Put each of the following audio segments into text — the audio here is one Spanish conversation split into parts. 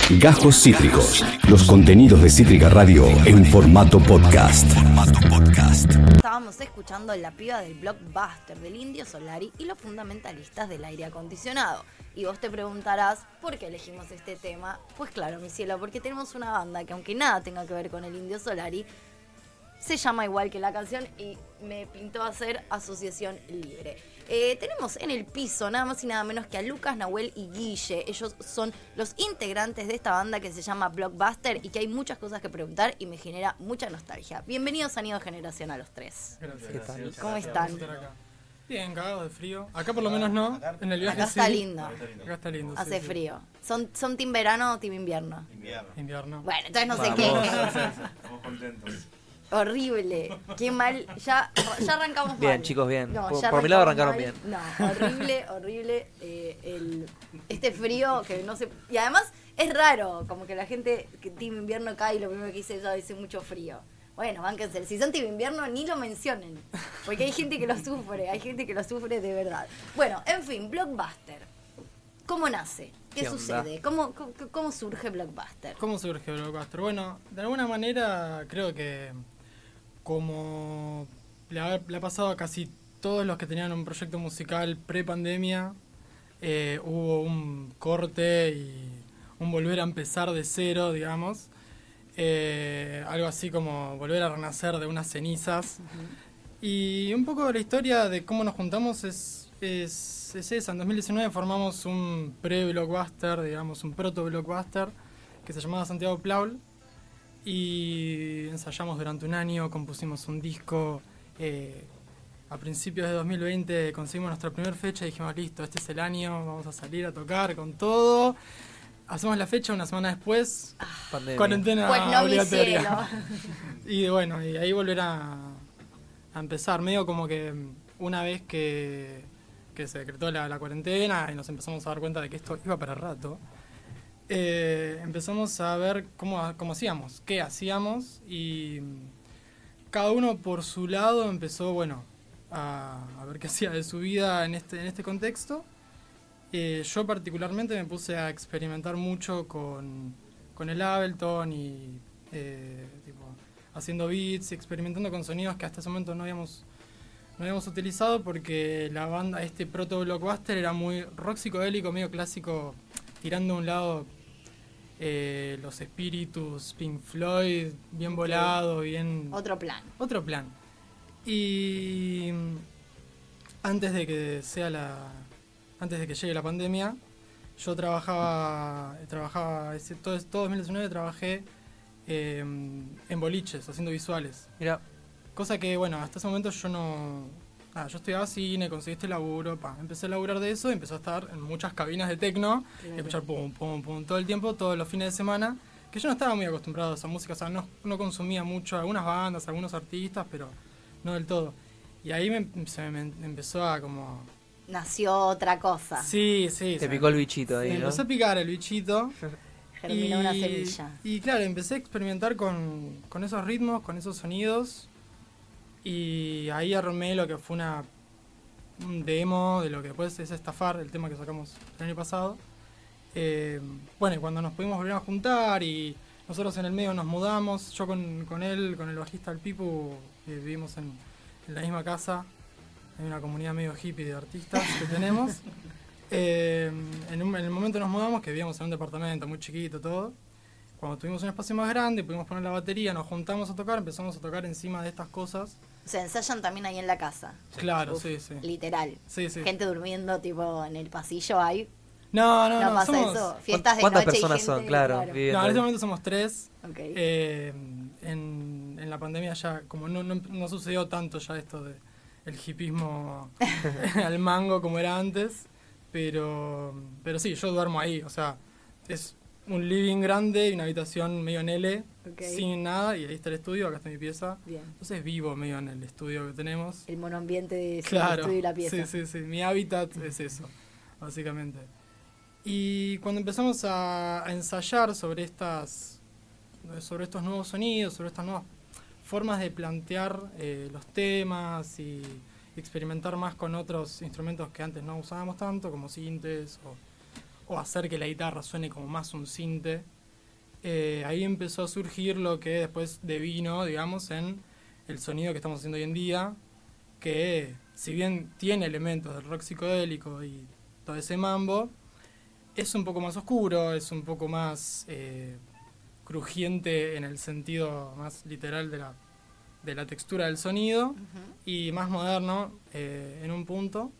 Gajos Cítricos. Los contenidos de Cítrica Radio en formato podcast. Estábamos escuchando La piba del Blockbuster del Indio Solari y los fundamentalistas del aire acondicionado. Y vos te preguntarás, ¿por qué elegimos este tema? Pues claro, mi cielo, porque tenemos una banda que aunque nada tenga que ver con el Indio Solari, se llama igual que la canción y me pintó hacer Asociación Libre. Tenemos en el piso nada más y nada menos que a Lucas, Nahuel y Guille. Ellos son los integrantes de esta banda que se llama Blockbuster y que hay muchas cosas que preguntar y me genera mucha nostalgia. Bienvenidos a Nido Generación a los tres. Gracias. ¿Cómo están? Bien, cagado de frío. Acá por lo menos no. En el viaje Acá sí. está lindo. Acá está lindo. Hace sí. frío. ¿Son team verano o team invierno? Invierno. Bueno, entonces no sé qué. Estamos contentos. Horrible, qué mal, ya arrancamos mal. Bien, chicos, bien. No, Por mi lado arrancaron mal. bien. No, horrible, este frío que no sé, y además es raro, como que la gente que team invierno cae y lo primero que dice dice mucho frío. Bueno, bánquense, si son team invierno ni lo mencionen, porque hay gente que lo sufre de verdad. Bueno, en fin, Blockbuster, ¿cómo nace? ¿Qué sucede? ¿Cómo surge Blockbuster? ¿Cómo surge Blockbuster? Bueno, de alguna manera creo que como le ha pasado a casi todos los que tenían un proyecto musical pre-pandemia, hubo un corte y un volver a empezar de cero, digamos. Algo así como volver a renacer de unas cenizas. Uh-huh. Y un poco la historia de cómo nos juntamos es esa. En 2019 formamos un pre-blockbuster, digamos, un proto-blockbuster que se llamaba Santiago Plaul y ensayamos durante un año, compusimos un disco. A principios de 2020 conseguimos nuestra primera fecha y dijimos, listo, este es el año, vamos a salir a tocar con todo. Hacemos la fecha, una semana después, cuarentena pues no obligatoria. Y bueno, y ahí volver a empezar, medio como que una vez que se decretó la cuarentena y nos empezamos a dar cuenta de que esto iba para rato, empezamos a ver cómo hacíamos, qué hacíamos, y cada uno por su lado empezó, bueno, a ver qué hacía de su vida en este contexto. Yo particularmente me puse a experimentar mucho con el Ableton y haciendo beats y experimentando con sonidos que hasta ese momento no habíamos utilizado, porque la banda, este proto Blockbuster, era muy rock psicodélico, medio clásico, tirando a un lado los Espíritus, Pink Floyd, bien volado, bien... Otro plan. Y antes de que llegue la pandemia, yo trabajaba todo 2019 trabajé en boliches, haciendo visuales. Mira. Cosa que, bueno, hasta ese momento yo yo estudiaba cine, conseguí este laburo, empecé a laburar de eso y empecé a estar en muchas cabinas de techno, y escuchar pum, pum, pum, todo el tiempo, todos los fines de semana, que yo no estaba muy acostumbrado a esa música, o sea, no consumía mucho algunas bandas, algunos artistas, pero no del todo. Y ahí se me empezó a como... Nació otra cosa. Sí. Te picó el bichito ahí, me ¿no? empezó a picar el bichito. Germinó una semilla. Y claro, empecé a experimentar con esos ritmos, con esos sonidos. Y ahí armé lo que fue un demo de lo que después es Estafar, el tema que sacamos el año pasado. Bueno, y cuando nos pudimos volver a juntar y nosotros en el medio nos mudamos, yo con él, con el bajista el Pipu, vivimos en la misma casa. Hay una comunidad medio hippie de artistas que tenemos. En el momento nos mudamos, que vivíamos en un departamento muy chiquito, todo. Cuando tuvimos un espacio más grande, pudimos poner la batería, nos juntamos a tocar, empezamos a tocar encima de estas cosas. O sea, ensayan también ahí en la casa. Claro, Uf, sí. Literal. Sí. Gente durmiendo, tipo, en el pasillo hay. No pasa somos... eso. Fiestas de ¿Cuántas noche personas y son? gente, Claro. No, en este momento somos 3. Okay. En la pandemia ya, como no sucedió tanto ya esto de el hipismo al mango como era antes, pero sí, yo duermo ahí, o sea, es un living grande y una habitación medio en L, sin nada, y ahí está el estudio, acá está mi pieza. Bien. Entonces vivo medio en el estudio que tenemos. El monoambiente de Claro, el estudio y la pieza. Sí, mi hábitat es eso, básicamente. Y cuando empezamos a ensayar sobre estos nuevos sonidos, sobre estas nuevas formas de plantear los temas y experimentar más con otros instrumentos que antes no usábamos tanto, como sintes, o hacer que la guitarra suene como más un sinte, ahí empezó a surgir lo que después devino, digamos, en el sonido que estamos haciendo hoy en día, que si bien tiene elementos del rock psicodélico y todo ese mambo, es un poco más oscuro, es un poco más crujiente en el sentido más literal de la textura del sonido, y más moderno en un punto.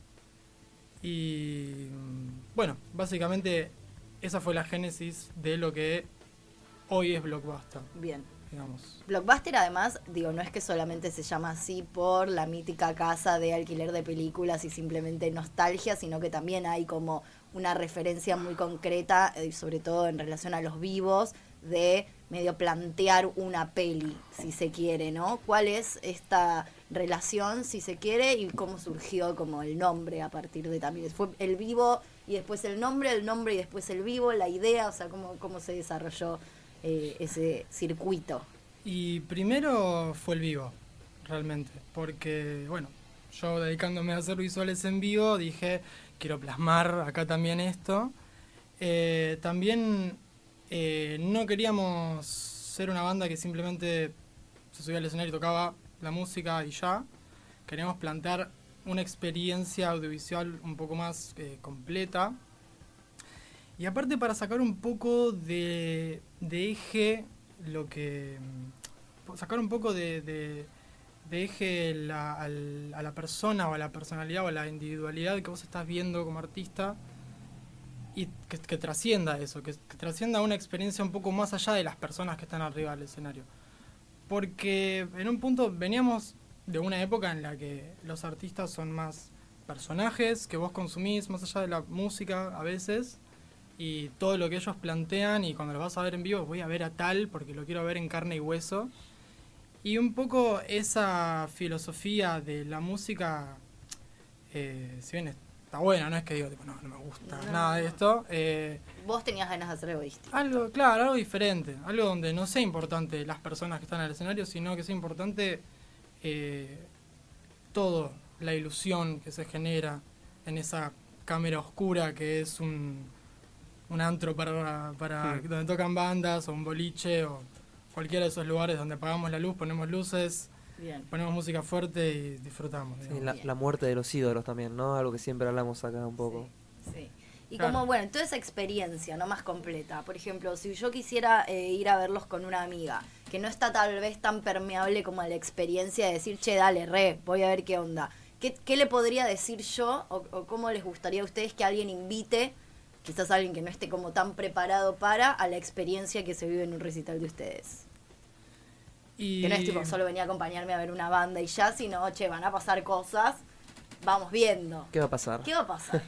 Y bueno, básicamente esa fue la génesis de lo que hoy es Blockbuster. Bien. Digamos. Blockbuster, además, digo, no es que solamente se llama así por la mítica casa de alquiler de películas y simplemente nostalgia, sino que también hay como una referencia muy concreta, sobre todo en relación a los vivos, de medio plantear una peli, si se quiere, ¿no? ¿Cuál es esta relación, si se quiere, y cómo surgió como el nombre a partir de también? ¿Fue el vivo y después el nombre y después el vivo, la idea? O sea, ¿cómo se desarrolló ese circuito? Y primero fue el vivo, realmente, porque, bueno, yo dedicándome a hacer visuales en vivo, dije, quiero plasmar acá también esto. También no queríamos ser una banda que simplemente se subía al escenario y tocaba la música y ya. Queríamos plantear una experiencia audiovisual un poco más completa. Y aparte, para sacar un poco de eje lo que... sacar un poco de eje a la persona o a la personalidad o a la individualidad que vos estás viendo como artista, y que trascienda eso, que trascienda una experiencia un poco más allá de las personas que están arriba del escenario. Porque en un punto veníamos de una época en la que los artistas son más personajes que vos consumís, más allá de la música a veces, y todo lo que ellos plantean, y cuando lo vas a ver en vivo, voy a ver a tal porque lo quiero ver en carne y hueso. Y un poco esa filosofía de la música, si bien está buena, no es que digo, tipo, no me gusta nada de esto. Vos tenías ganas de hacer egoísta. Algo diferente, algo donde no sea importante las personas que están en el escenario, sino que sea importante todo, la ilusión que se genera en esa cámara oscura que es un antro para donde tocan bandas, o un boliche, o cualquiera de esos lugares donde apagamos la luz, ponemos luces, Bien. ponemos música fuerte y disfrutamos. Sí, la muerte de los ídolos también, ¿no? Algo que siempre hablamos acá un poco. Sí. Y Claro. como, bueno, toda esa experiencia, ¿no? Más completa. Por ejemplo, si yo quisiera ir a verlos con una amiga, que no está tal vez tan permeable como a la experiencia de decir, che, dale, voy a ver qué onda. ¿Qué le podría decir yo, o cómo les gustaría a ustedes que alguien invite, quizás alguien que no esté como tan preparado a la experiencia que se vive en un recital de ustedes? Y Que no es tipo, solo venía a acompañarme a ver una banda y ya, sino, che, van a pasar cosas, vamos viendo. ¿Qué va a pasar? ¿Qué va a pasar?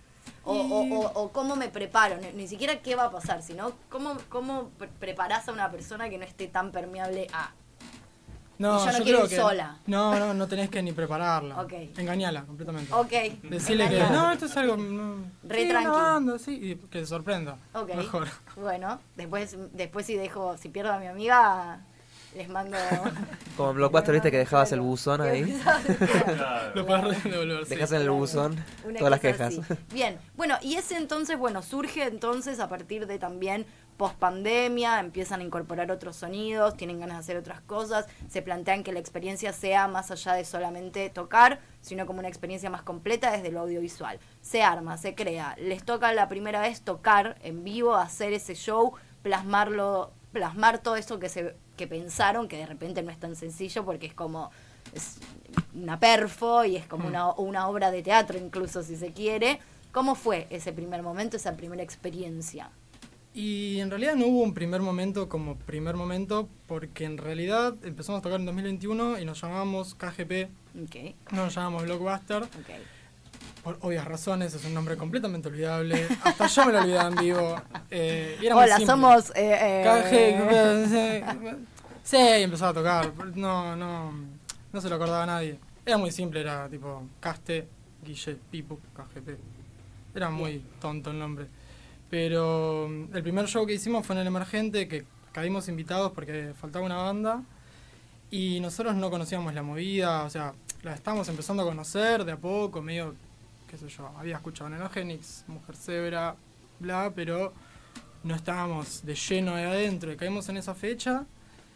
O cómo me preparo, ni siquiera qué va a pasar, sino cómo preparás a una persona que no esté tan permeable a... No, Y yo no yo quiero creo ir que sola. No tenés que ni prepararla. Ok. Engañala completamente. Ok. Decirle que Engañala. no, esto es algo Re sí, tranqui. una banda, sí, y que se sorprenda. Ok. Mejor. Bueno, después si pierdo a mi amiga, les mando... Como en Blockbuster, viste que dejabas el buzón ahí. Claro. Lo podés devolver. sí. Dejas en el buzón Una todas las cosa quejas. así. Bien, bueno, y ese entonces, surge entonces a partir de también post-pandemia, empiezan a incorporar otros sonidos, tienen ganas de hacer otras cosas, se plantean que la experiencia sea más allá de solamente tocar, sino como una experiencia más completa desde lo audiovisual. Se arma, se crea, les toca la primera vez tocar en vivo, hacer ese show, plasmar todo eso que pensaron, que de repente no es tan sencillo porque es como... es una perfo y es como una obra de teatro incluso, si se quiere. ¿Cómo fue ese primer momento, esa primera experiencia? Y en realidad no hubo un primer momento como primer momento, porque en realidad empezamos a tocar en 2021 y nos llamábamos KGP, Okay, no nos llamábamos Blockbuster. okay. Por obvias razones, es un nombre completamente olvidable. Hasta yo me lo olvidaba en vivo. Y era muy Hola, simple. somos... KGP. Sí, y empezaba a tocar. No se lo acordaba a nadie. Era muy simple, era tipo Caste, Guille, Pipu, KGP. Era muy tonto el nombre. Pero el primer show que hicimos fue en el Emergente, que caímos invitados porque faltaba una banda. Y nosotros no conocíamos la movida, o sea, la estábamos empezando a conocer de a poco, medio, qué sé yo, había escuchado Nenogenics, Mujer Zebra, bla, pero no estábamos de lleno ahí adentro y caímos en esa fecha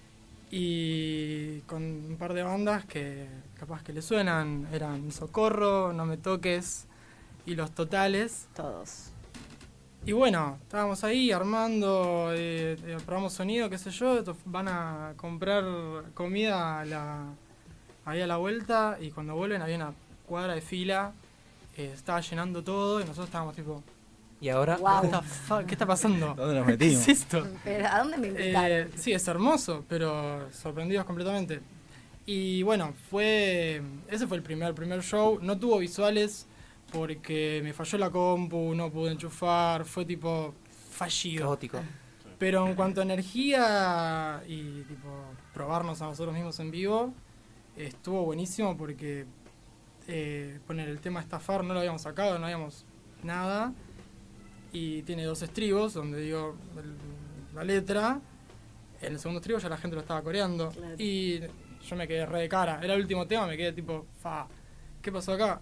y con un par de bandas que capaz que le suenan, eran Socorro, No Me Toques y Los Totales. Todos. Y bueno, estábamos ahí armando, probamos sonido, qué sé yo, van a comprar comida ahí a la vuelta y cuando vuelven había una cuadra de fila, estaba llenando todo y nosotros estábamos tipo, ¿Y ahora? Wow. ¿qué está pasando? ¿Dónde nos ¿Qué metimos? es esto? Pero, ¿a dónde me invitaron? Sí, es hermoso, pero sorprendidos completamente. Y bueno, ese fue el primer show, no tuvo visuales porque me falló la compu, no pude enchufar, fue tipo fallido. Caótico. Pero en cuanto a energía y tipo probarnos a nosotros mismos en vivo, estuvo buenísimo porque poner el tema estafar no lo habíamos sacado, no habíamos nada. Y tiene 2 estribos donde digo la letra. En el segundo estribo ya la gente lo estaba coreando. Claro. Y yo me quedé re de cara. Era el último tema, me quedé tipo, ¿qué pasó acá?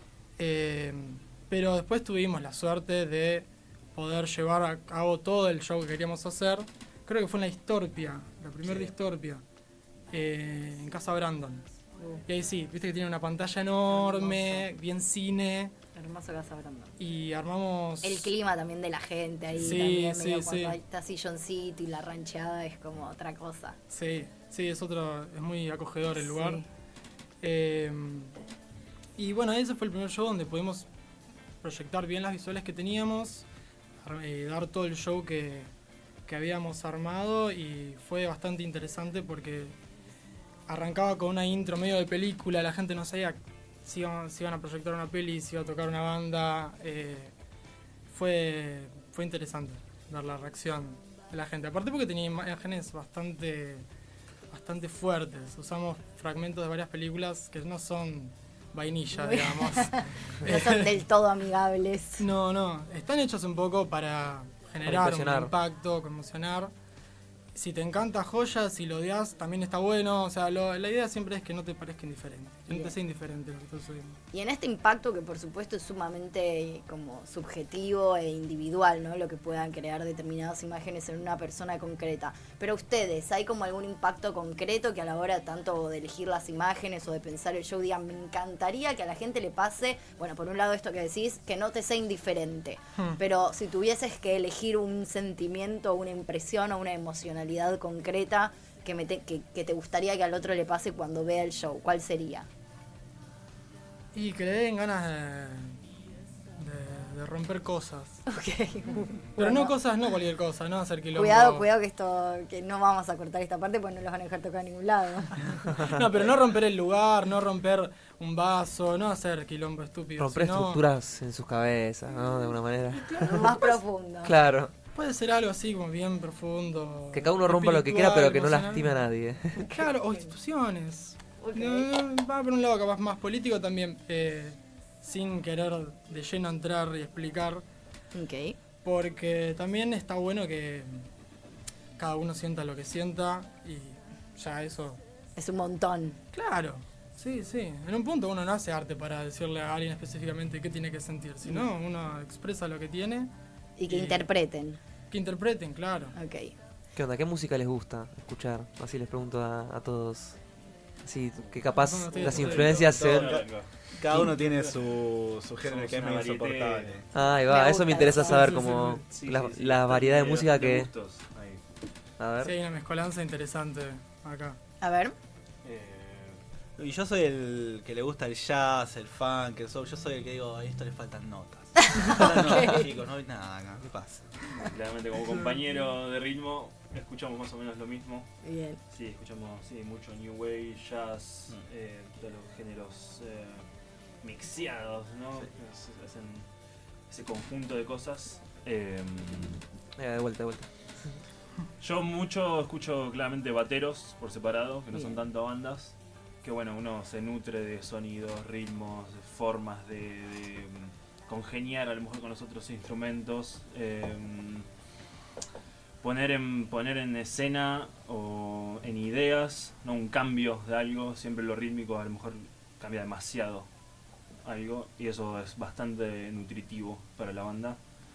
Pero después tuvimos la suerte de poder llevar a cabo todo el show que queríamos hacer. Creo que fue en la Distorpia, la primera Distorpia, en Casa Brandon. Y ahí sí, viste que tiene una pantalla enorme, bien cine, Hermoso Casa Brandon. y armamos... El clima también de la gente ahí, Sí, también sí, medio sí. cuando está silloncito y la rancheada es como otra cosa. Sí, es muy acogedor el lugar. Sí. Y bueno, ese fue el primer show donde pudimos proyectar bien las visuales que teníamos, dar todo el show que habíamos armado y fue bastante interesante porque arrancaba con una intro medio de película, la gente no sabía si iban a proyectar una peli, si iba a tocar una banda. Fue interesante ver la reacción de la gente. Aparte porque tenía imágenes bastante fuertes. Usamos fragmentos de varias películas que no son vainilla, digamos. No son del todo amigables. No. Están hechos un poco para generar un impresionar. impacto, conmocionar. Si te encanta joya, si lo odias, también está bueno. O sea, la idea siempre es que no te parezca indiferente. Que no te Bien. sea indiferente lo que estás subiendo. Y en este impacto que por supuesto es sumamente como subjetivo e individual, ¿no? Lo que puedan crear determinadas imágenes en una persona concreta. Pero ustedes, ¿hay como algún impacto concreto que a la hora tanto de elegir las imágenes o de pensar el show digan, me encantaría que a la gente le pase, bueno, por un lado esto que decís, que no te sea indiferente, pero si tuvieses que elegir un sentimiento, una impresión o una emocionalidad concreta que te gustaría que al otro le pase cuando vea el show, ¿cuál sería? Y que le den ganas de romper cosas. Ok. Pero no cualquier cosa, no hacer quilombo. Cuidado que no vamos a cortar esta parte porque no los van a dejar tocar a ningún lado. No, pero no romper el lugar, no romper un vaso, no hacer quilombo estúpido. Romper sino estructuras en sus cabezas, ¿no? De alguna manera. Más profundo. Claro. puede ser algo así como bien profundo. Que cada uno rompa lo que quiera, pero que no espiritual, lastime a nadie. Claro, o instituciones. Ok. Va por un lado capaz más político también, sin querer de lleno entrar y explicar, Ok. porque también está bueno que cada uno sienta lo que sienta y ya eso... Es un montón. Claro, sí. En un punto uno no hace arte para decirle a alguien específicamente qué tiene que sentir, sino uno expresa lo que tiene. Y que interpreten. Que interpreten, claro. Ok. ¿Qué onda? ¿Qué música les gusta escuchar? Así les pregunto a todos. Así que capaz No, estoy las de acuerdo. influencias se ven... Cada uno tiene su género Somos que es una medio varieté. insoportable. Ahí va, Me eso me gusta interesa eso. saber Sí, como Sí, la, sí, sí. la variedad de música De que... gustos, ahí. A Sí, ver. hay una mezcolanza interesante acá. A ver. Y yo soy el que le gusta el jazz, el funk, el soul. Yo soy el que digo, a esto le faltan notas. No, chicos, no hay nada acá. ¿Qué pasa? Claramente como compañero de ritmo escuchamos más o menos lo mismo. Bien. Sí, escuchamos mucho New Wave, jazz, todos los géneros mixeados, ¿no? Sí. Hacen ese conjunto de cosas. De vuelta. Yo mucho escucho claramente bateros por separado, que no son Bien. tanto bandas. Que bueno, uno se nutre de sonidos, ritmos, de formas de congeniar a lo mejor con los otros instrumentos. Poner en escena o en ideas, ¿no? Un cambio de algo, siempre lo rítmico a lo mejor cambia demasiado algo y eso es bastante nutritivo para la banda.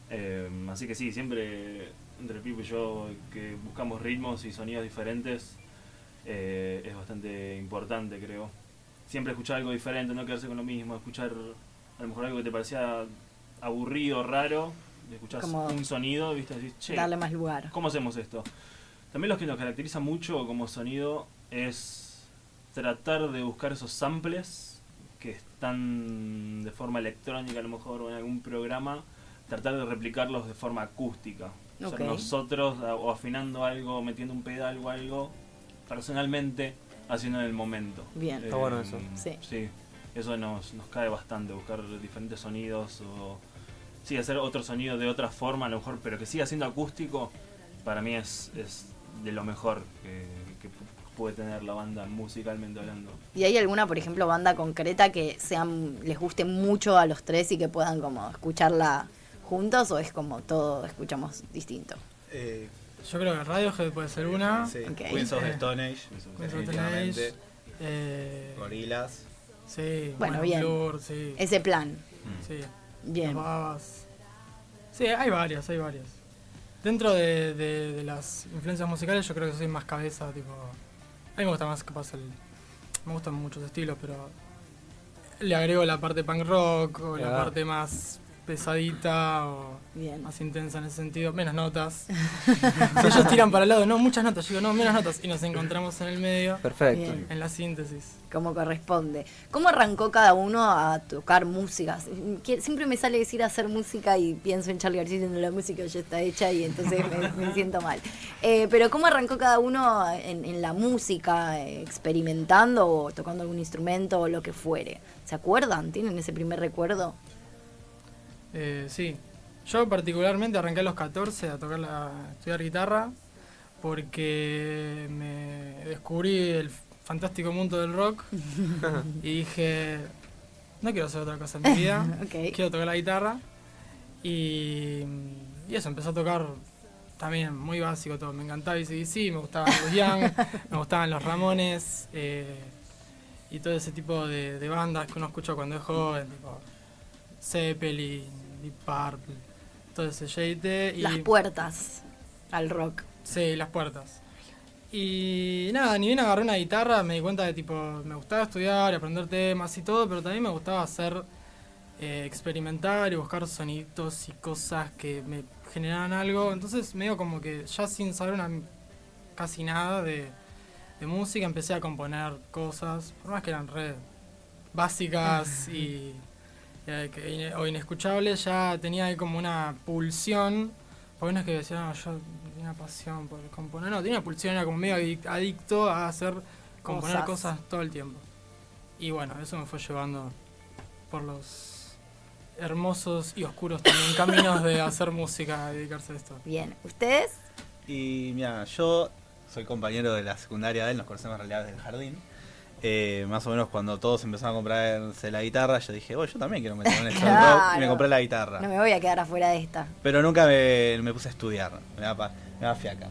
Así que sí, siempre entre el Pipo y yo que buscamos ritmos y sonidos diferentes, es bastante importante, creo. Siempre escuchar algo diferente, no quedarse con lo mismo, escuchar a lo mejor algo que te parecía aburrido, raro, escuchás Como un sonido, ¿viste? Decís, che, darle más lugar. ¿cómo hacemos esto? También lo que nos caracteriza mucho como sonido es tratar de buscar esos samples que están de forma electrónica a lo mejor o en algún programa, tratar de replicarlos de forma acústica. O sea, Ok. nosotros o afinando algo, metiendo un pedal o algo, personalmente haciendo en el momento. Bien. Está bueno eso. Sí. Sí, eso nos cae bastante, buscar diferentes sonidos o sí, hacer otro sonido de otra forma a lo mejor, pero que siga siendo acústico, para mí es de lo mejor que puede tener la banda musicalmente hablando. ¿Y hay alguna, por ejemplo, banda concreta que les guste mucho a los tres y que puedan como escucharla juntos, o es como todo escuchamos distinto? Yo creo que Radiohead puede ser una. Sí, Ok. Queens of the Stone Age, Queens of the definitivamente. Gorillaz. Gorillaz. Sí, Bueno, bien. Blur, sí. Ese plan. Sí. Bien. Los Babas. Sí, hay varias. Dentro de las influencias musicales yo creo que soy más cabeza, tipo... A mí me gusta más capaz me gustan muchos estilos, pero le agrego la parte punk rock o la Claro. parte más pesadita o Bien. más intensa en ese sentido, menos notas. Si ellos tiran para el lado, no, muchas notas, yo digo, no, menos notas, y nos encontramos en el medio, Perfecto. Bien. en la síntesis. Como corresponde. ¿Cómo arrancó cada uno a tocar música? Siempre me sale decir hacer música y pienso en Charly García diciendo la música ya está hecha y entonces me siento mal. Pero ¿cómo arrancó cada uno en la música, experimentando o tocando algún instrumento o lo que fuere? ¿Se acuerdan? ¿Tienen ese primer recuerdo? Sí, yo particularmente arranqué a los 14 a estudiar guitarra porque me descubrí el fantástico mundo del rock y dije, no quiero hacer otra cosa en mi vida, Ok. quiero tocar la guitarra y eso, empecé a tocar también muy básico todo, me encantaba AC/DC, me gustaban los Young, me gustaban los Ramones y todo ese tipo de bandas que uno escucha cuando es joven, tipo Zeppelin, Deep Purple, todo ese shade y Las puertas al rock. sí, las puertas. Y nada, ni bien agarré una guitarra, me di cuenta de tipo, me gustaba estudiar y aprender temas y todo, pero también me gustaba hacer, experimentar y buscar sonidos y cosas que me generaran algo. Entonces medio como que ya sin saber casi nada de música empecé a componer cosas, por más que eran re básicas o inescuchables, ya tenía ahí como una pulsión. Porque no es que decía, no, yo tenía pasión por componer, no, tenía una pulsión, era como medio adicto a componer cosas todo el tiempo. Y bueno, eso me fue llevando por los hermosos y oscuros también caminos de hacer música, de dedicarse a esto. Bien. ¿Ustedes? Y mira, yo soy compañero de la secundaria de él, nos conocemos en realidad desde el jardín. Más o menos cuando todos empezaron a comprarse la guitarra, yo dije, yo también quiero meterme en esto del rock, y me Claro. compré la guitarra. No me voy a quedar afuera de esta. Pero nunca me puse a estudiar, me da fiaca.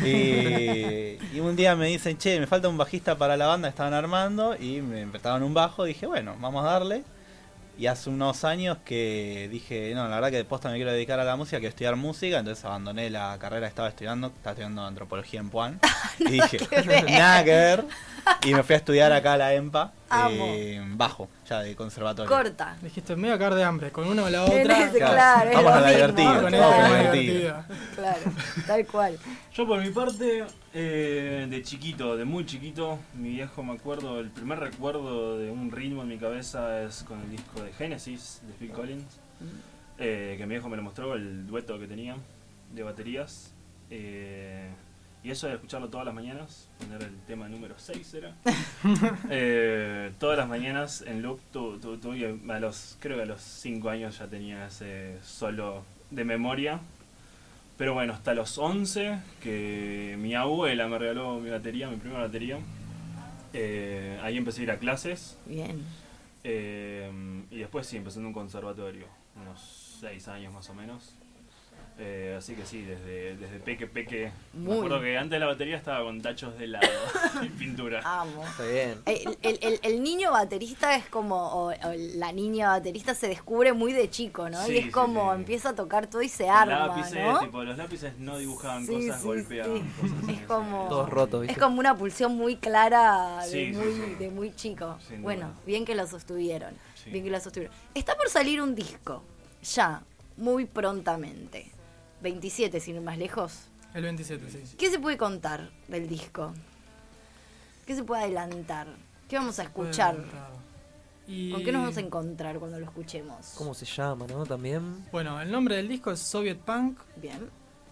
Y un día me dicen, che, me falta un bajista para la banda que estaban armando, y me empezaron un bajo, y dije, bueno, vamos a darle. Y hace unos años que dije, no, la verdad que de posta me quiero dedicar a la música, quiero estudiar música, entonces abandoné la carrera que estaba estudiando antropología en Puan. Y dije, nada que ver. Y me fui a estudiar acá a la EMPA, Amo. bajo, ya de conservatorio. Corta. Dijiste, me voy a caer de hambre, con una o la En otra. ese, claro, es Vamos lo a la mismo, divertida, Con vamos esta a la más divertida. divertida. Claro, tal cual. Yo por mi parte, de chiquito, de muy chiquito, mi viejo me acuerdo, el primer recuerdo de un ritmo en mi cabeza es con el disco de Genesis, de Phil Collins, que mi viejo me lo mostró, el dueto que tenía de baterías. Y eso de escucharlo todas las mañanas, poner el tema número 6 era. Todas las mañanas en loop, creo que a los 5 años ya tenía ese solo de memoria. Pero bueno, hasta los 11, que mi abuela me regaló mi primera batería. Ahí empecé a ir a clases. Bien. Y después sí, empecé en un conservatorio, unos 6 años más o menos. Así que sí, desde peque. Muy. Me acuerdo que antes la batería estaba con tachos de helado y pintura. Amo. Está bien. El niño baterista es como, o la niña baterista se descubre muy de chico, ¿no? Sí, y es sí, como sí. empieza a tocar todo y se arma, Lápices, ¿no? tipo, los lápices no dibujaban Sí, cosas, sí, golpeaban sí. cosas. Es como... Todos rotos, ¿viste? Es como una pulsión muy clara de, Sí, sí, muy, sí. de muy chico. Sin Bueno, duda. bien que lo sostuvieron. Sí. Bien que lo sostuvieron. Está por salir un disco, ya, muy prontamente. 27, sin ir más lejos. El 27, sí. ¿Qué se puede contar del disco? ¿Qué se puede adelantar? ¿Qué vamos a escuchar? Y, ¿Con qué nos vamos a encontrar cuando lo escuchemos? ¿Cómo se llama, no? También. Bueno, el nombre del disco es Soviet Punk. Bien.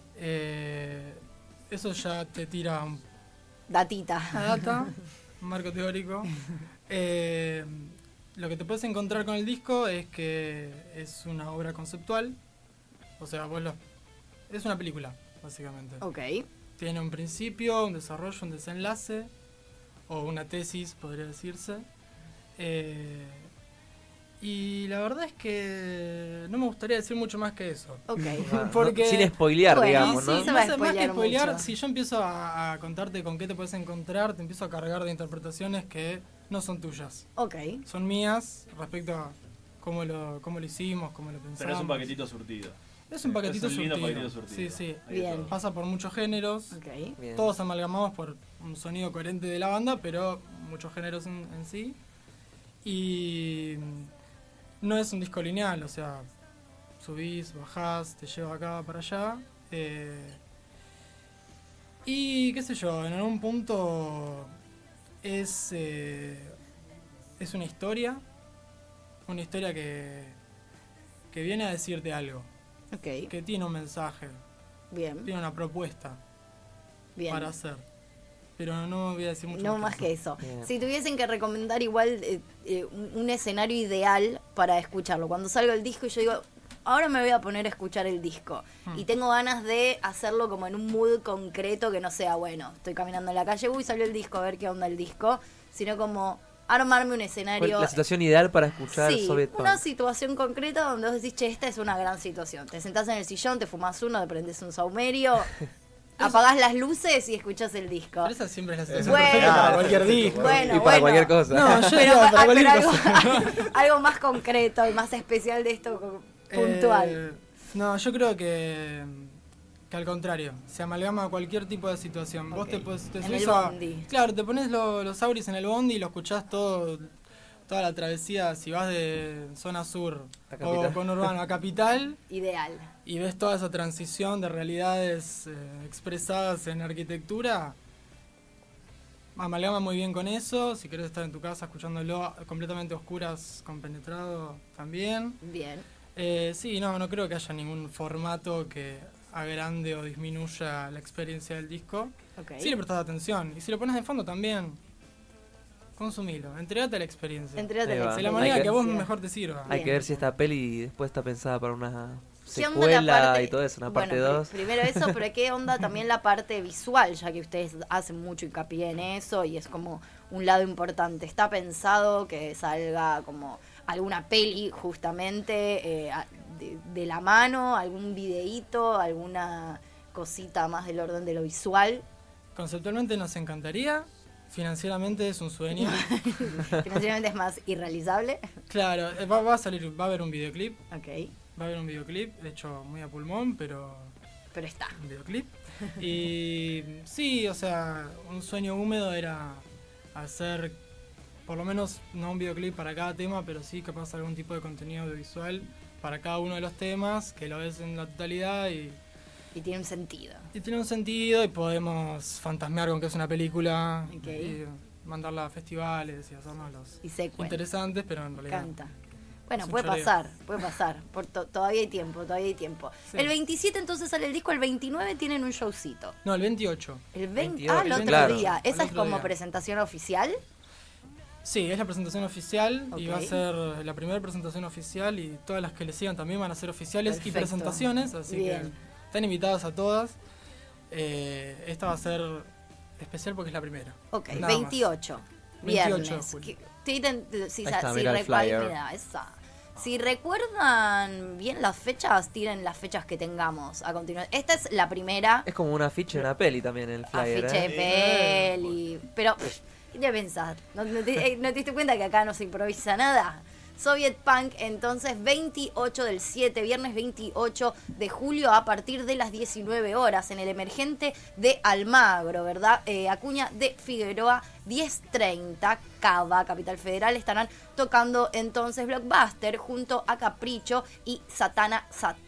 Eso ya te tira una Datita. data, un marco teórico. Lo que te puedes encontrar con el disco es que es una obra conceptual. O sea, es una película, básicamente. Ok. Tiene un principio, un desarrollo, un desenlace, o una tesis, podría decirse. Y la verdad es que no me gustaría decir mucho más que eso. Ok. Porque- Sin spoilear, Bueno, digamos, sí, ¿no? se va a Más que spoilear spoilear, mucho. si yo empiezo a contarte con qué te puedes encontrar, te empiezo a cargar de interpretaciones que no son tuyas. Ok. Son mías respecto a cómo lo hicimos, cómo lo pensamos. Pero es un paquetito surtido. Es un paquetito Es un lindo surtido. paquetito surtido. Sí, sí. Hay de Bien. todo. Pasa por muchos géneros. Ok. Bien. Todos amalgamados por un sonido coherente de la banda, pero muchos géneros en sí. Y no es un disco lineal, o sea, subís, bajás, te lleva acá para allá. Y qué sé yo, en algún punto es una historia que viene a decirte algo, Ok. que tiene un mensaje, Bien. tiene una propuesta Bien. para hacer. Pero no voy a decir mucho No más que eso. Bien. Si tuviesen que recomendar igual un escenario ideal para escucharlo. Cuando salga el disco y yo digo, ahora me voy a poner a escuchar el disco. Y tengo ganas de hacerlo como en un mood concreto que no sea, bueno, estoy caminando en la calle, uy, salió el disco, a ver qué onda el disco. Sino como armarme un escenario... La situación ideal para escuchar Sí, Soviet Punk. una situación concreta donde vos decís, che, esta es una gran situación. Te sentás en el sillón, te fumás uno, te prendés un saumerio, apagás las luces y escuchás el disco. Pero esa siempre es la situación Bueno. perfecta para Ah, cualquier perfecto, disco. Bueno, y para cualquier cosa. No, yo Pero, digo para cualquier pero cosa. algo más concreto y más especial de esto, puntual. No, yo creo que al contrario, se amalgama a cualquier tipo de situación. Vos Ok. te En subís el a- bondi. Claro, te pones los auris en el bondi y lo escuchás toda la travesía. Si vas de zona sur A o Capital. conurbano a capital Ideal. y ves toda esa transición de realidades expresadas en arquitectura, amalgama muy bien con eso. Si querés estar en tu casa escuchándolo completamente a oscuras, compenetrado también. Bien. Sí, no creo que haya ningún formato que agrande o disminuya la experiencia del disco. Ok. Si le prestas atención y si lo pones de fondo también, consumilo, entregate a la experiencia. Entregate Ahí a la va. de la Hay manera que- que a vos experiencia. mejor te sirva. Hay Bien. que ver si esta peli después está pensada para una ¿Qué onda la secuela parte- y todo eso, una parte bueno, 2. Primero eso, pero ¿qué onda también la parte visual? Ya que ustedes hacen mucho hincapié en eso y es como un lado importante. ¿Está pensado que salga como alguna peli justamente de la mano, algún videíto, alguna cosita más del orden de lo visual? Conceptualmente nos encantaría, financieramente es un sueño. Financieramente es más irrealizable. Claro, va a salir, va a haber un videoclip, Ok, de hecho muy a pulmón, pero pero está. un videoclip. Y sí, o sea, un sueño húmedo era hacer, por lo menos, no un videoclip para cada tema, pero sí capaz algún tipo de contenido audiovisual para cada uno de los temas, que lo ves en la totalidad y Y tiene un sentido. tiene un sentido y podemos fantasmear con que es una película Ok. y mandarla a festivales y hacernos los Y se cuenta. interesantes, pero en realidad... Canta. Bueno, Es un puede choreo. pasar. Todavía hay tiempo. Sí. El 27 entonces sale el disco, el 29 tienen un showcito. No, el 28. El 20, 28, el otro claro. día. El ¿Esa es otro como día. presentación oficial? Sí, es la presentación oficial y va a Ok. ser la primera presentación oficial y todas las que le sigan también van a ser oficiales y Perfecto. presentaciones, así Bien. que están invitadas a todas. Esta va a ser especial porque es la primera. Ok, Nada 28. 28 de Viernes. julio. Si Ahí está, mirá el recuerdo, flyer. mira, esa. Si recuerdan bien las fechas, tiren las fechas que tengamos a continuación. Esta es la primera Es como un afiche de una peli también el flyer, afiche de peli. Pero, ¿qué te pensás? ¿No te diste cuenta que acá no se improvisa nada? Soviet Punk, entonces 28 del 7, viernes 28 de julio a partir de las 19 horas en el Emergente de Almagro, ¿verdad? Acuña de Figueroa 1030, Cava, Capital Federal, estarán tocando entonces Blockbuster junto a Capricho y Satana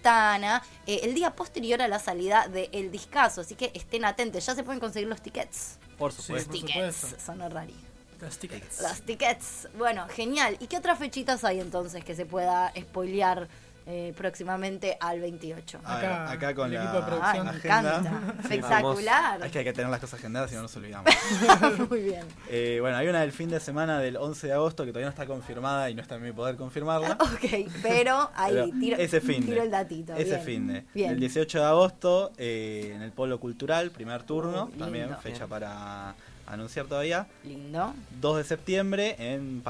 el día posterior a la salida del discazo, así que estén atentos, ya se pueden conseguir los tickets. Por Sí, supuesto. por Tickets, supuesto. sonó rari. Las tickets. Las tickets. Bueno, genial. ¿Y qué otras fechitas hay entonces que se pueda spoilear próximamente al 28? A ver, acá con el la equipo de Ay, producción. me agenda. encanta. Sí, Espectacular. Es que hay que tener las cosas agendadas, si no nos olvidamos. Muy bien. Bueno, hay una del fin de semana del 11 de agosto que todavía no está confirmada y no está en mi poder confirmarla. Ok, pero ahí Pero tiro, ese fin tiro el datito. Ese bien. fin de. Bien. El 18 de agosto en el Polo Cultural, primer turno, Lindo. también fecha para anunciar todavía. Lindo. 2 de septiembre en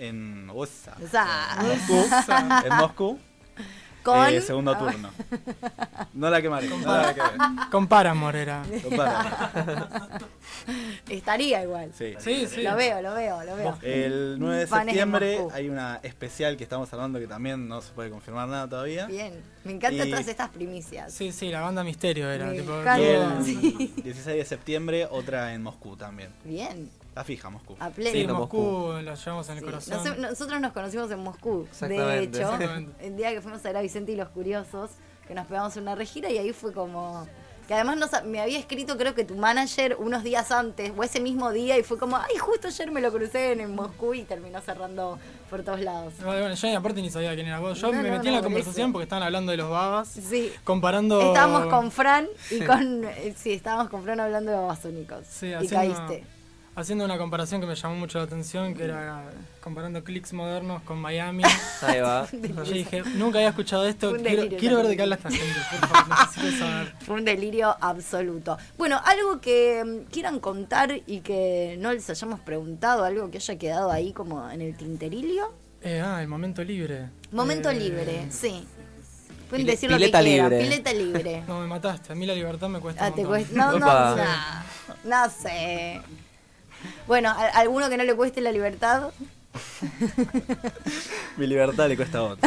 USA, Esa. en Moscú, Con. segundo turno. No la quemaré, no la quemaré. Con Paramore era. Compara. Estaría igual. Sí. Sí, sí. Lo veo. El 9 de Fanes en septiembre Moscú. hay una especial que estamos hablando que también no se puede confirmar nada todavía. Bien. Me encantan Y- todas estas primicias. Sí, sí, la banda Misterio era. Me Tipo, encanta. Y todo- el Sí. 16 de septiembre otra en Moscú también. Bien. La fija Moscú. A pleno. Sí, Lindo Moscú la llevamos en el Sí. corazón. Nosotros nos conocimos en Moscú. De Exactamente. hecho, Exactamente. el día que fuimos a ver a Vicente y los Curiosos, que nos pegamos una regira y ahí fue como. Que además me había escrito, creo que tu manager, unos días antes, o ese mismo día, y fue como, ay, justo ayer me lo crucé en Moscú y terminó cerrando por todos lados. Bueno, yo aparte ni sabía quién era vos. Yo No, me no, metí en no, la por conversación eso. porque estaban hablando de los babas. Sí. Comparando. Estábamos con Fran y Sí. con. Sí, estábamos con Fran hablando de babasónicos. Sí, y haciendo, caíste. haciendo una comparación que me llamó mucho la atención, que era comparando clics modernos con Miami. Ahí va. Yo dije, nunca había escuchado esto, Un quiero, delirio quiero ver también. de qué habla esta gente, por favor, necesito saber. Fue un delirio absoluto. Bueno, algo que quieran contar y que no les hayamos preguntado, algo que haya quedado ahí como en el tinterillo. El momento libre. Momento Eh, libre, sí. Pueden Pile- decir lo que pileta quieran. libre. Pileta libre. No, me mataste, a mí la libertad me cuesta Ah, un te montón. cuesta. No, Opa. no sé. Bueno, ¿alguno que no le cueste la libertad? Mi libertad le cuesta a otro.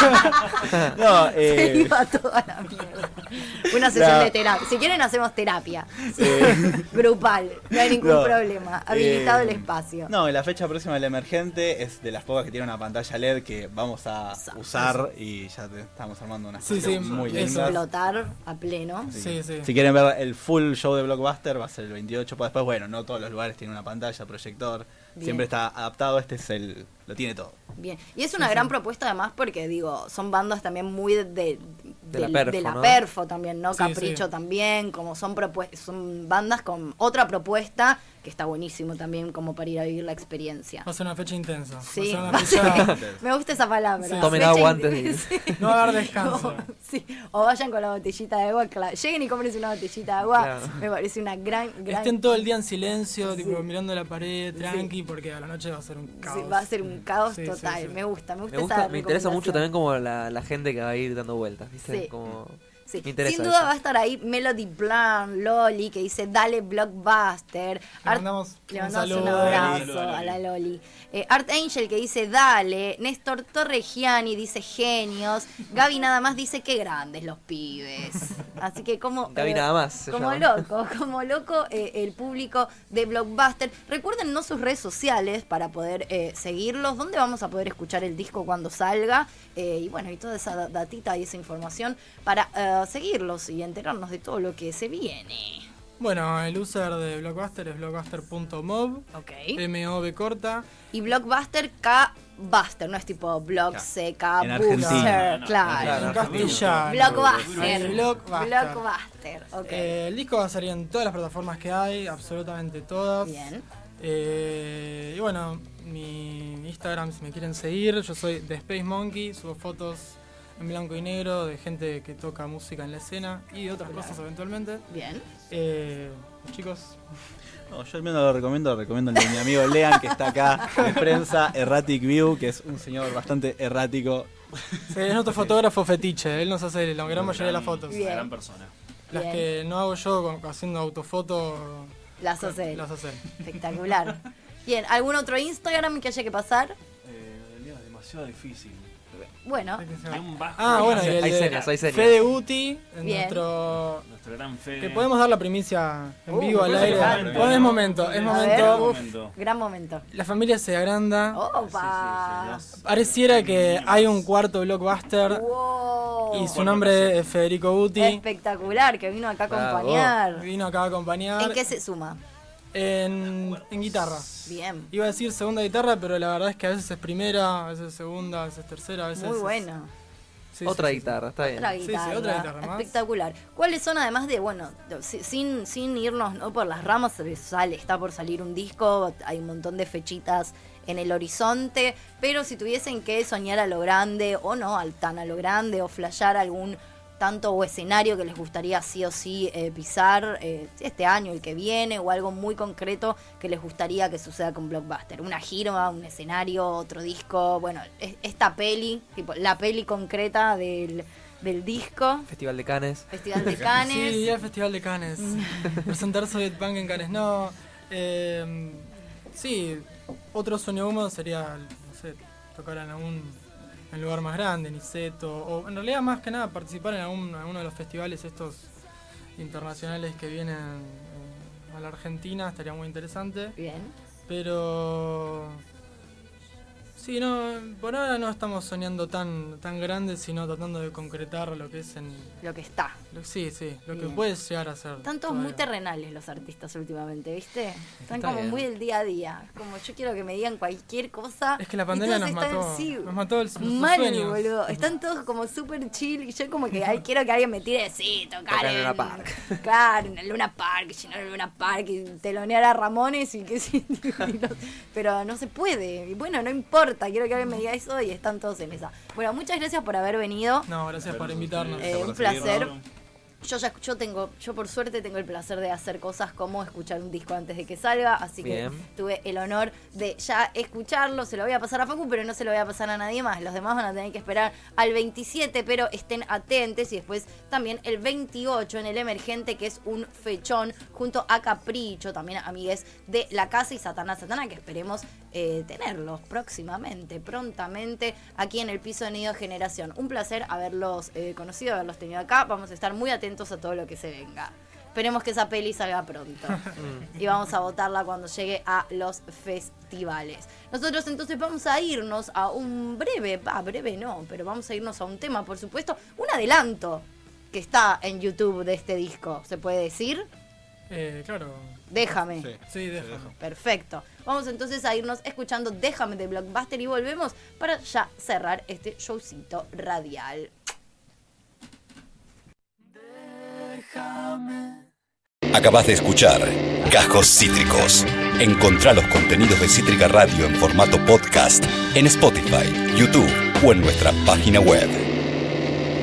No, Se iba toda la mierda. Una sesión La- de terapia. Si quieren hacemos terapia. eh, Grupal. No hay ningún no, problema. Habilitado el espacio. No, la fecha próxima del Emergente es de las pocas que tiene una pantalla LED que vamos a usar y ya estamos armando unas Sí, cosas sí, muy eso. lindas. Explotar a pleno. Sí, sí. Si quieren ver el full show de Blockbuster va a ser el 28, pues después, bueno, no todos los lugares tienen una pantalla, proyector, Bien. siempre está adaptado, lo tiene todo. Bien. Y es una gran propuesta además porque, digo, son bandas también muy de la perfo, de la ¿no? perfo también, ¿no? Sí, Capricho sí. también, como son son bandas con otra propuesta que está buenísimo también como para ir a vivir la experiencia. Va a ser una fecha intensa. Sí, Va a ser una fecha... me gusta esa palabra. Sí. Tomen Fecha agua in- antes de ir. Sí. No va a haber descanso. Sí, o vayan con la botellita de agua, lleguen y cómprense una botellita de agua, Claro. me parece una gran... Estén todo el día en silencio, Sí. tipo mirando la pared, Sí. tranqui, porque a la noche va a ser un caos. Sí, va a ser un caos Sí, sí, total, sí. me gusta esa Me interesa mucho recomendación. también como la gente que va a ir dando vueltas, ¿viste? Sí. Como... Sí. Me interesa Sin duda eso. va a estar ahí Melody Blanc, Loli, que dice dale Blockbuster. Le mandamos Le un mandamos un saludo. abrazo Loli. a la Loli. Art Angel que dice dale. Néstor Torregiani dice genios. Gaby nada más dice qué grandes los pibes. Así que como... Gaby nada más se Como llama. como loco el público de Blockbuster. Recuérdennos sus redes sociales para poder seguirlos. ¿Dónde vamos a poder escuchar el disco cuando salga? Y bueno, y toda esa datita y esa información para seguirlos y enterarnos de todo lo que se viene. Bueno, el user de Blockbuster es blockbuster.mob, Ok. MOB corta. Y Blockbuster K-Buster, no es tipo Block CK En Booster, Argentina. No, claro. En castellano. Blockbuster. Blockbuster. Blockbuster, ok. El disco va a salir en todas las plataformas que hay, absolutamente todas. Bien. Y bueno, mi Instagram, si me quieren seguir, yo soy The Space Monkey, subo fotos en blanco y negro de gente que toca música en la escena y de otras cosas eventualmente. Bien. Chicos, No, yo al menos lo recomiendo el de mi amigo Lean, que está acá de prensa, Erratic View, que es un señor bastante errático. sí, es nuestro fotógrafo fetiche, él nos hace la gran mayoría de las fotos. Bien. Una gran persona. Las Bien. que no hago yo haciendo autofoto, Las hace él. las hace él. Espectacular. Bien, ¿algún otro Instagram que haya que pasar? El mío es demasiado difícil. Bueno, Hay un bajo. Ah, bueno, y el Hay de señas, hay señas. Fede Uti, Bien. nuestro... Nuestro gran Fede. Que podemos dar la primicia en vivo al me aire. encanta. Bueno, es momento, es a momento. ver, uf, gran momento. La familia se agranda. ¡Opa! Pareciera que hay un cuarto blockbuster ¡Wow! y su nombre es Federico Uti. Espectacular, que vino acá a Bravo. acompañar. Vino acá a acompañar ¿En qué se suma? en guitarra. Bien. Iba a decir segunda guitarra, pero la verdad es que a veces es primera, a veces es segunda, a veces es tercera, a veces Muy es... bueno. Sí, Otra sí, sí. guitarra, está bien. Otra sí, guitarra. otra guitarra más. Espectacular. ¿Cuáles son, además de, bueno, sin irnos no por las ramas, está por salir un disco, hay un montón de fechitas en el horizonte, pero si tuviesen que soñar a lo grande, o no tan a lo grande, o flashear algún tanto o escenario que les gustaría sí o sí pisar este año, el que viene, o algo muy concreto que les gustaría que suceda con Blockbuster. Una gira, un escenario, otro disco, bueno, esta peli, tipo la peli concreta del disco, Festival de Cannes. Festival de Cannes. Sí, ya el Festival de Cannes. Presentar Soviet Punk en Cannes. No, sí, otro sueño húmedo sería, no sé, tocar en algún lugar más grande, Niceto, o en realidad más que nada participar en alguno de los festivales estos internacionales que vienen a la Argentina, estaría muy interesante. Bien. Pero sí, no, por ahora no estamos soñando tan grande, sino tratando de concretar lo que es Lo que está. lo que Bien. puede llegar a ser. Están todos muy todavía. terrenales los artistas últimamente, ¿viste? Están Está como bien. muy del día a día. Como yo quiero que me digan cualquier cosa. Es que la y pandemia todos nos están, mató. sí, Nos mató sus mal, sueños. boludo. Están todos como súper chill. Y yo como que quiero que alguien me tire, sí, tocar Tocar en en Luna Park. Claro, en el Luna Park, llenar el Luna Park y telonear a Ramones y que sí. Pero no se puede. Y bueno, no importa. Quiero que alguien me diga eso y están todos en esa. Bueno, muchas gracias por haber venido. No, gracias por invitarnos. Un placer. Yo por suerte tengo el placer de hacer cosas como escuchar un disco antes de que salga, así Bien. que tuve el honor de ya escucharlo, se lo voy a pasar a Facu, pero no se lo voy a pasar a nadie más. Los demás van a tener que esperar al 27, pero estén atentos, y después también el 28 en el Emergente, que es un fechón, junto a Capricho, también amigues de La Casa, y Satana, que esperemos tenerlos próximamente, prontamente, aquí en el piso de Nido Generación. Un placer haberlos conocido, haberlos tenido acá. Vamos a estar muy atentos a todo lo que se venga. Esperemos que esa peli salga pronto. Y vamos a votarla cuando llegue a los festivales. Nosotros entonces vamos a irnos a un breve no, pero vamos a irnos a un tema, por supuesto, un adelanto que está en YouTube de este disco, ¿se puede decir? Claro. Déjame. Sí, déjame. Perfecto. Vamos entonces a irnos escuchando Déjame de Blockbuster y volvemos para ya cerrar este showcito radial. Acabas de escuchar Cajos Cítricos. Encontrá los contenidos de Cítrica Radio en formato podcast en Spotify, YouTube o en nuestra página web.